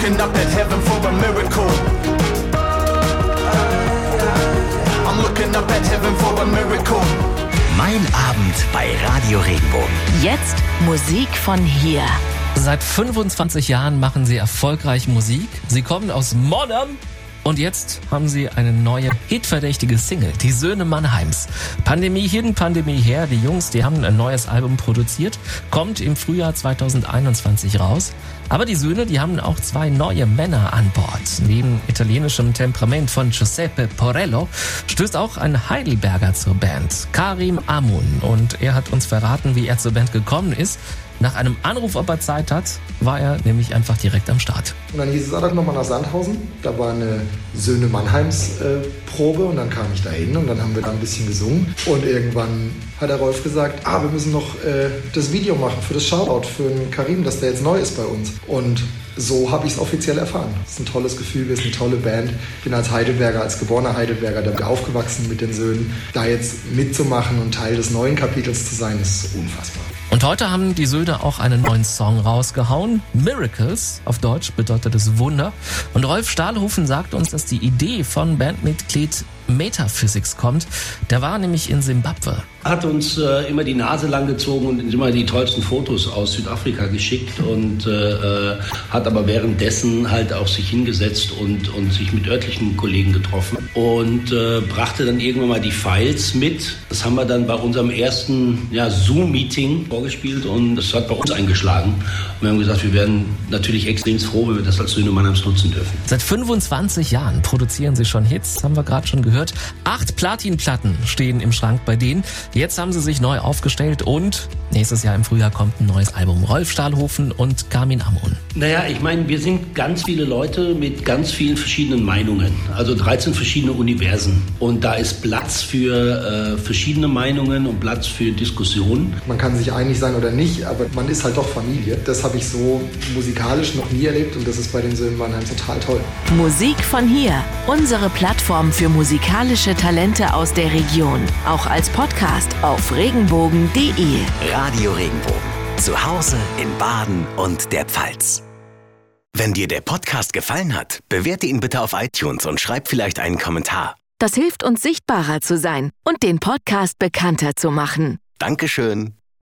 looking up at heaven for a miracle. I'm looking up at heaven for a miracle. Mein Abend bei Radio Regenbogen. Jetzt Musik von hier. Seit 25 Jahren machen sie erfolgreich Musik. Sie kommen aus Modern und jetzt haben sie eine neue hitverdächtige Single, Die Söhne Mannheims. Pandemie hin, Pandemie her. Die Jungs, die haben ein neues Album produziert, kommt im Frühjahr 2021 raus. Aber die Söhne, die haben auch zwei neue Männer an Bord. Neben italienischem Temperament von Giuseppe Porello stößt auch ein Heidelberger zur Band, Karim Amun. Und er hat uns verraten, wie er zur Band gekommen ist. Nach einem Anruf, ob er Zeit hat, war er nämlich einfach direkt am Start. Und dann hieß es, doch nochmal nach Sandhausen. Da war eine Söhne Mannheims Probe und dann kam ich da hin und dann haben wir da ein bisschen gesungen. Und irgendwann hat der Rolf gesagt, wir müssen noch das Video machen für das Shoutout für den Karim, dass der jetzt neu ist bei uns. Und so habe ich es offiziell erfahren. Es ist ein tolles Gefühl, wir sind eine tolle Band. Ich bin als Heidelberger, als geborener Heidelberger da aufgewachsen mit den Söhnen. Da jetzt mitzumachen und Teil des neuen Kapitels zu sein, ist unfassbar. Und heute haben die Söhne auch einen neuen Song rausgehauen. Miracles, auf Deutsch bedeutet es Wunder. Und Rolf Stahlhofen sagt uns, dass die Idee von Bandmitglied Metaphysics kommt. Der war nämlich in Simbabwe. Hat uns immer die Nase lang gezogen und immer die tollsten Fotos aus Südafrika geschickt und hat aber währenddessen halt auch sich hingesetzt und sich mit örtlichen Kollegen getroffen und brachte dann irgendwann mal die Files mit. Das haben wir dann bei unserem ersten Zoom-Meeting vorgespielt und das hat bei uns eingeschlagen. Und wir haben gesagt, wir wären natürlich extrem froh, wenn wir das als Söhne Mannheims nutzen dürfen. Seit 25 Jahren produzieren sie schon Hits, haben wir gerade schon gehört. 8 Platinplatten stehen im Schrank bei denen. Jetzt haben sie sich neu aufgestellt und nächstes Jahr im Frühjahr kommt ein neues Album. Rolf Stahlhofen und Karim Amun. Naja, ich meine, wir sind ganz viele Leute mit ganz vielen verschiedenen Meinungen. Also 13 verschiedene Universen. Und da ist Platz für verschiedene Meinungen und Platz für Diskussionen. Man kann sich einig sein oder nicht, aber man ist halt doch Familie. Das habe ich so musikalisch noch nie erlebt und das ist bei den Söhnen Mannheim total toll. Musik von hier. Unsere Plattform für musikalische Talente aus der Region. Auch als Podcast auf regenbogen.de. Radio Regenbogen. Zu Hause in Baden und der Pfalz. Wenn dir der Podcast gefallen hat, bewerte ihn bitte auf iTunes und schreib vielleicht einen Kommentar. Das hilft uns, sichtbarer zu sein und den Podcast bekannter zu machen. Dankeschön.